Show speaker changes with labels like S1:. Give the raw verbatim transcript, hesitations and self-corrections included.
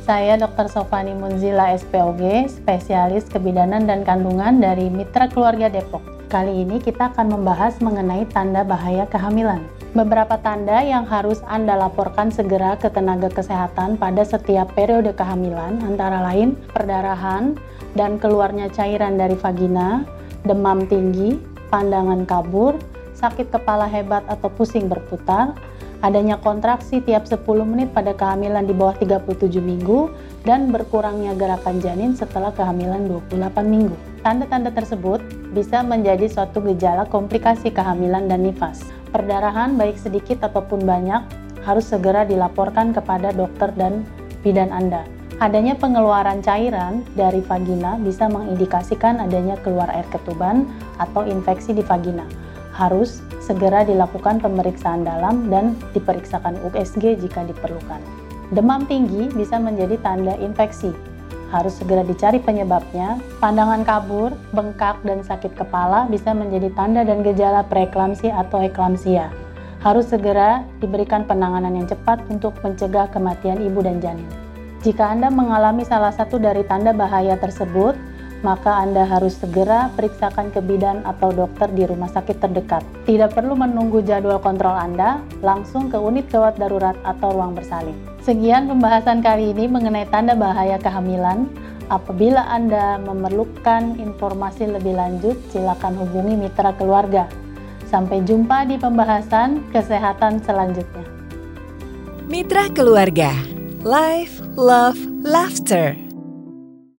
S1: Saya dokter Sofani Munzila S P O G, spesialis kebidanan dan kandungan dari Mitra Keluarga Depok. Kali ini kita akan membahas mengenai tanda bahaya kehamilan. Beberapa tanda yang harus Anda laporkan segera ke tenaga kesehatan pada setiap periode kehamilan antara lain perdarahan dan keluarnya cairan dari vagina, demam tinggi, pandangan kabur, sakit kepala hebat atau pusing berputar, adanya kontraksi tiap sepuluh menit pada kehamilan di bawah tiga puluh tujuh minggu, dan berkurangnya gerakan janin setelah kehamilan dua puluh delapan minggu. Tanda-tanda tersebut bisa menjadi suatu gejala komplikasi kehamilan dan nifas. Perdarahan baik sedikit ataupun banyak harus segera dilaporkan kepada dokter dan bidan Anda. Adanya pengeluaran cairan dari vagina bisa mengindikasikan adanya keluar air ketuban atau infeksi di vagina. Harus segera dilakukan pemeriksaan dalam dan diperiksakan U S G jika diperlukan. Demam tinggi bisa menjadi tanda infeksi. Harus segera dicari penyebabnya. Pandangan kabur, bengkak, dan sakit kepala bisa menjadi tanda dan gejala preeklamsi atau eklamsia. Harus segera diberikan penanganan yang cepat untuk mencegah kematian ibu dan janin. Jika Anda mengalami salah satu dari tanda bahaya tersebut, maka Anda harus segera periksakan ke bidan atau dokter di rumah sakit terdekat. Tidak perlu menunggu jadwal kontrol Anda, langsung ke unit gawat darurat atau ruang bersalin. Sekian pembahasan kali ini mengenai tanda bahaya kehamilan. Apabila Anda memerlukan informasi lebih lanjut, silakan hubungi Mitra Keluarga. Sampai jumpa di pembahasan kesehatan selanjutnya.
S2: Mitra Keluarga, Life, Love, Laughter.